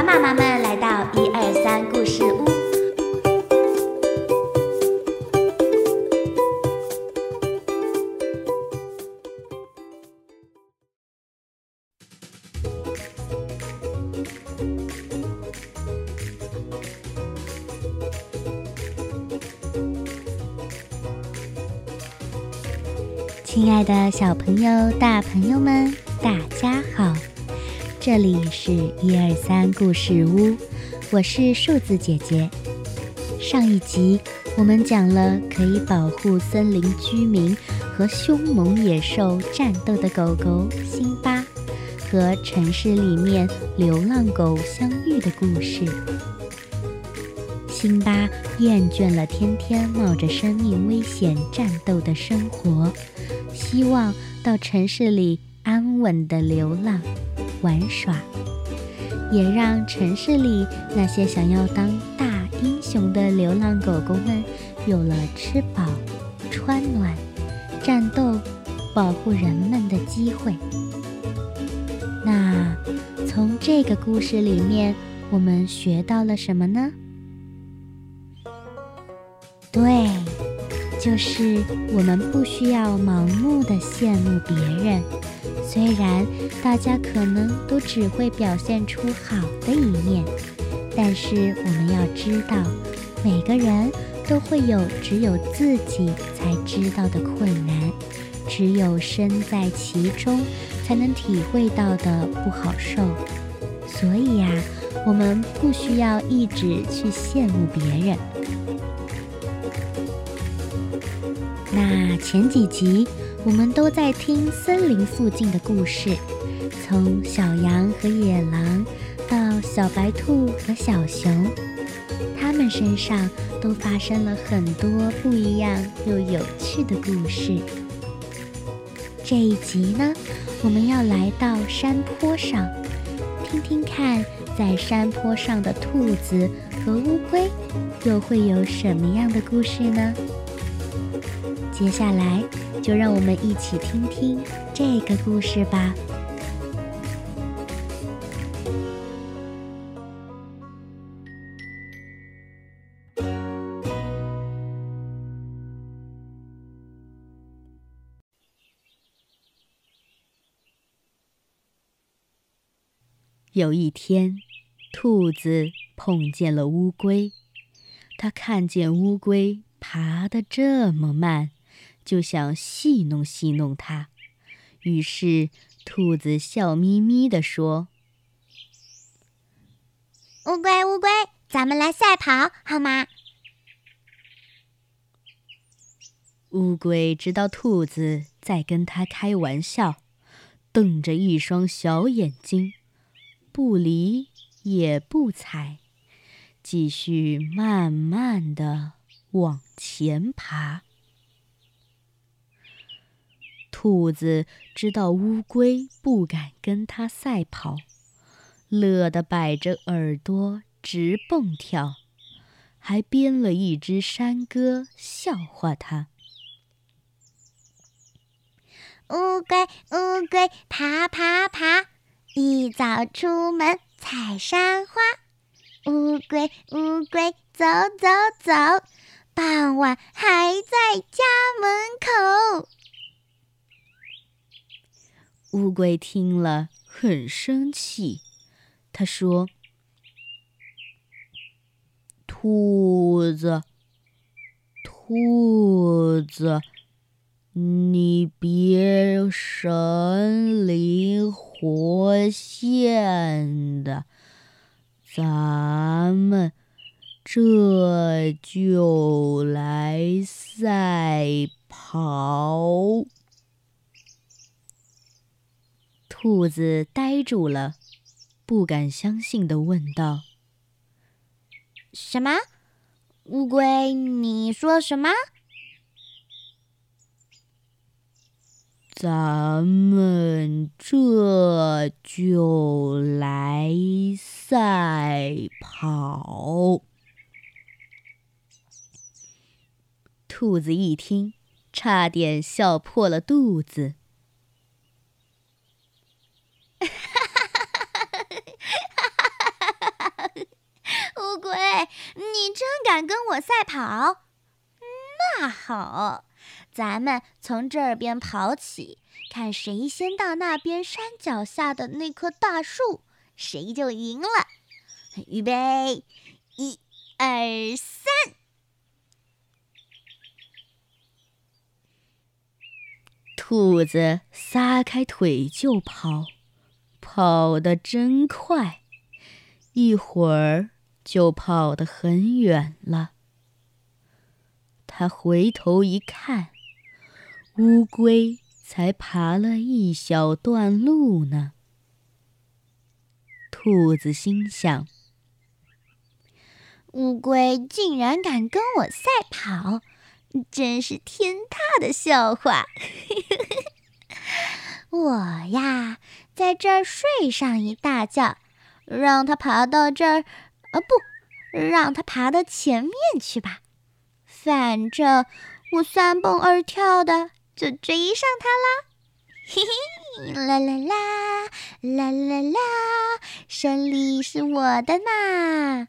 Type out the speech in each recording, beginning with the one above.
妈妈们来到123故事屋。亲爱的小朋友、大朋友们，大家好！这里是123故事屋，我是数字姐姐。上一集我们讲了可以保护森林居民和凶猛野兽战斗的狗狗辛巴，和城市里面流浪狗相遇的故事。辛巴厌倦了天天冒着生命危险战斗的生活，希望到城市里安稳地流浪玩耍，也让城市里那些想要当大英雄的流浪狗狗们有了吃饱穿暖、战斗保护人们的机会。那从这个故事里面我们学到了什么呢？对，就是我们不需要盲目地羡慕别人，虽然大家可能都只会表现出好的一面，但是我们要知道，每个人都会有只有自己才知道的困难，只有身在其中才能体会到的不好受。所以呀，我们不需要一直去羡慕别人。那前几集我们都在听森林附近的故事，从小羊和野狼到小白兔和小熊，它们身上都发生了很多不一样又有趣的故事。这一集呢，我们要来到山坡上，听听看在山坡上的兔子和乌龟又会有什么样的故事呢？接下来就让我们一起听听这个故事吧。有一天，兔子碰见了乌龟，它看见乌龟爬得这么慢，就想戏弄戏弄它。于是兔子笑眯眯地说： 乌龟乌龟，咱们来赛跑好吗？ 乌龟知道兔子在跟它开玩笑，瞪着一双小眼睛，不理也不睬，继续慢慢地往前爬。兔子知道乌龟不敢跟它赛跑，乐得摆着耳朵直蹦跳，还编了一支山歌笑话它。 乌龟乌龟，爬爬爬，一早出门采山花。乌龟乌龟，走走走，傍晚还在家门口。 乌龟听了很生气，他说：兔子，你别神灵活现的，咱们这就来赛跑。兔子呆住了，不敢相信地问道： 什么？乌龟，你说什么？ 咱们这就来赛跑。兔子一听，差点笑破了肚子。 我赛跑？那好，咱们从这边跑起，看谁先到那边山脚下的那棵大树，谁就赢了。预备，1、2、3！ 兔子撒开腿就跑，跑得真快，一会儿就跑得很远了。它回头一看，乌龟才爬了一小段路呢。兔子心想， 乌龟竟然敢跟我赛跑，真是天大的笑话！我呀，在这儿睡上一大觉，让它爬到这儿，不，让它爬到前面去吧。反正我3蹦2跳的就追上它啦！嘿嘿，啦啦啦，啦啦啦，胜利是我的嘛！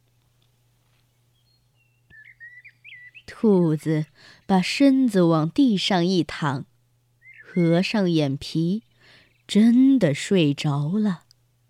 兔子把身子往地上一躺，合上眼皮，真的睡着了。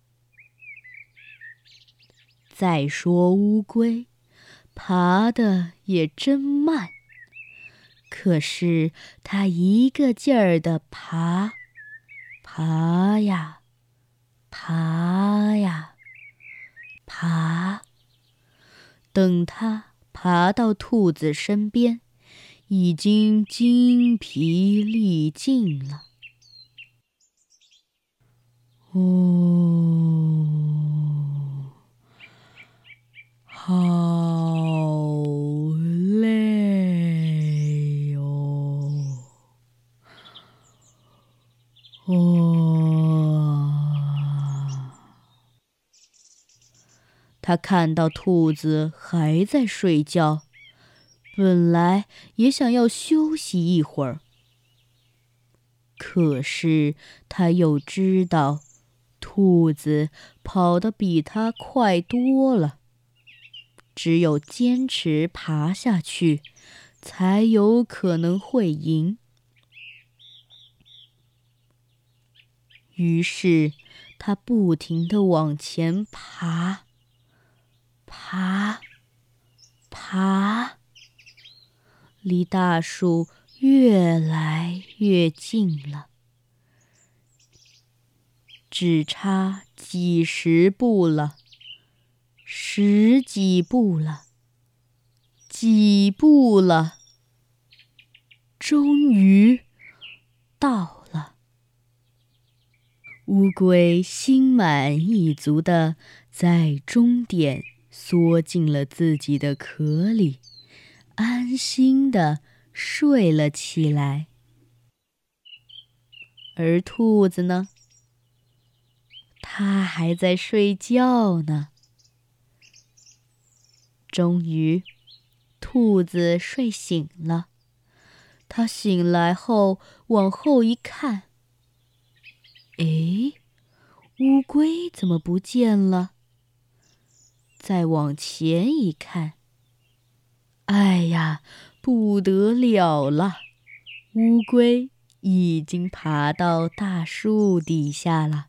再说乌龟，爬得也真慢，可是它一个劲儿地爬，爬呀，爬呀，爬。等它爬到兔子身边，已经精疲力尽了。好累他看到兔子还在睡觉，本来也想要休息一会儿，可是他又知道兔子跑得比他快多了，只有坚持爬下去，才有可能会赢。于是他不停地往前爬，爬，爬，离大树越来越近了，只差几十步了，10几步了，几步了，终于到了。乌龟心满意足地在终点缩进了自己的壳里，安心地睡了起来。而兔子呢？它还在睡觉呢。终于，兔子睡醒了。它醒来后往后一看，诶，乌龟怎么不见了？再往前一看，哎呀，不得了了！乌龟已经爬到大树底下了。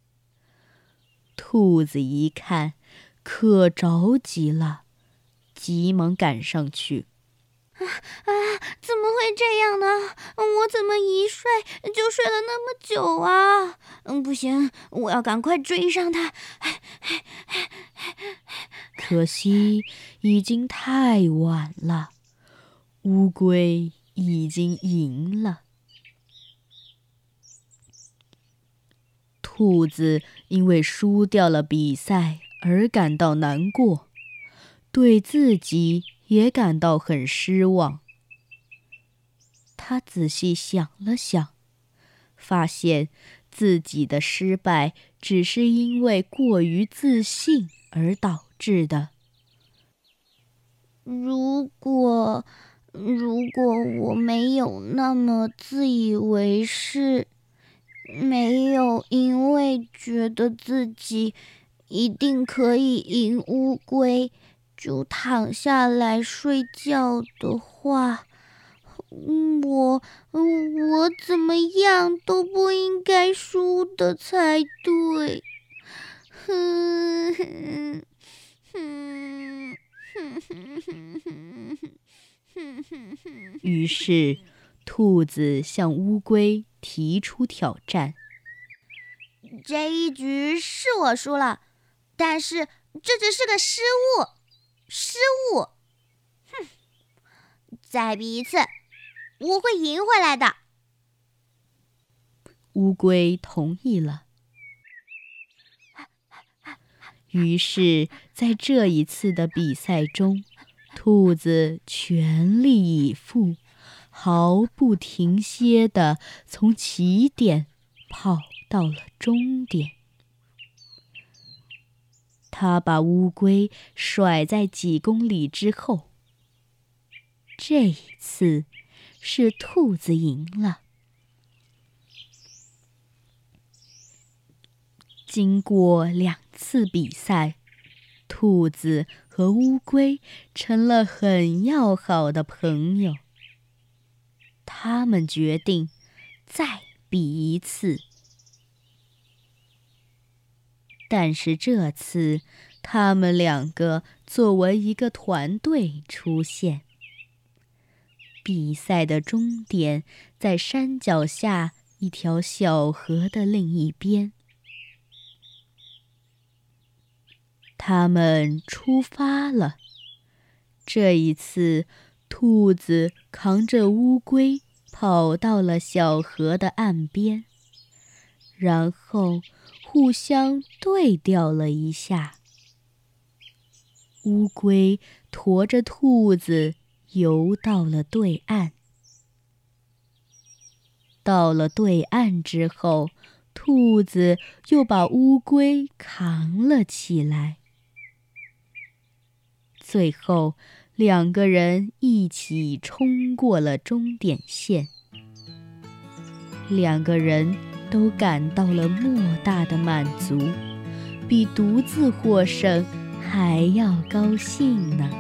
兔子一看，可着急了，急忙赶上去。 怎么会这样呢？我怎么一睡就睡了那么久啊？不行，我要赶快追上它。 可惜已经太晚了，乌龟已经赢了。兔子因为输掉了比赛而感到难过，对自己也感到很失望。他仔细想了想，发现自己的失败只是因为过于自信而导致的。 如果我没有那么自以为是，没有因为觉得自己一定可以赢乌龟， 就躺下来睡觉的话，我怎么样都不应该输的才对。 于是，兔子向乌龟提出挑战。 这一局是我输了，但是这只是个失误。再比一次，我会赢回来的。 乌龟同意了。于是，在这一次的比赛中，兔子全力以赴，毫不停歇地从起点跑到了终点。它把乌龟甩在几公里之后。这一次是兔子赢了。经过2次比赛，兔子和乌龟成了很要好的朋友。他们决定再比一次。但是这次，他们2个作为一个团队出现。比赛的终点在山脚下一条小河的另一边。他们出发了。这一次，兔子扛着乌龟跑到了小河的岸边，然后互相对调了一下。乌龟驮着兔子游到了对岸。到了对岸之后，兔子又把乌龟扛了起来。最后，2个人一起冲过了终点线。2个人都感到了莫大的满足，比独自获胜还要高兴呢。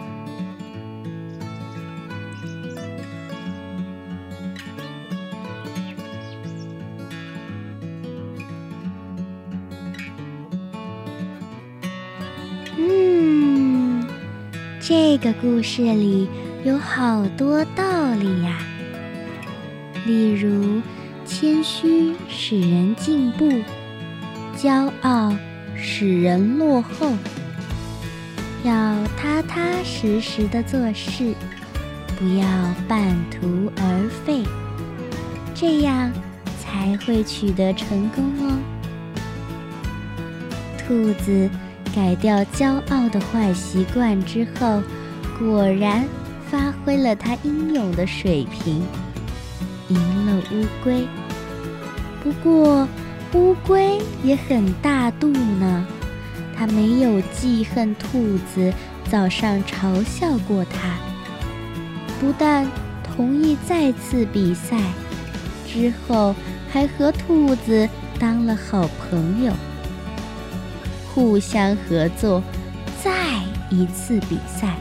这个故事里有好多道理呀。例如，谦虚使人进步，骄傲使人落后。要踏踏实实的做事，不要半途而废，这样才会取得成功哦。兔子改掉骄傲的坏习惯之后，果然发挥了它应有的水平，赢了乌龟。不过，乌龟也很大度呢，它没有记恨兔子早上嘲笑过它，不但同意再次比赛，之后还和兔子当了好朋友。互相合作，再一次比赛。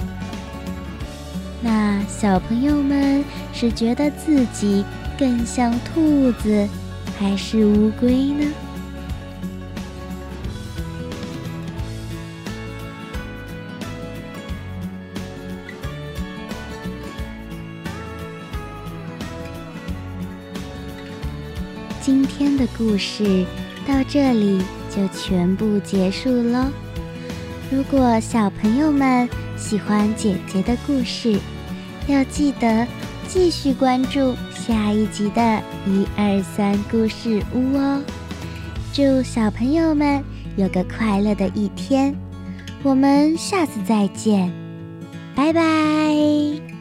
那小朋友们是觉得自己更像兔子，还是乌龟呢？今天的故事到这里就全部结束咯。如果小朋友们喜欢姐姐的故事，要记得继续关注下一集的123故事屋哦。祝小朋友们有个快乐的一天，我们下次再见，拜拜。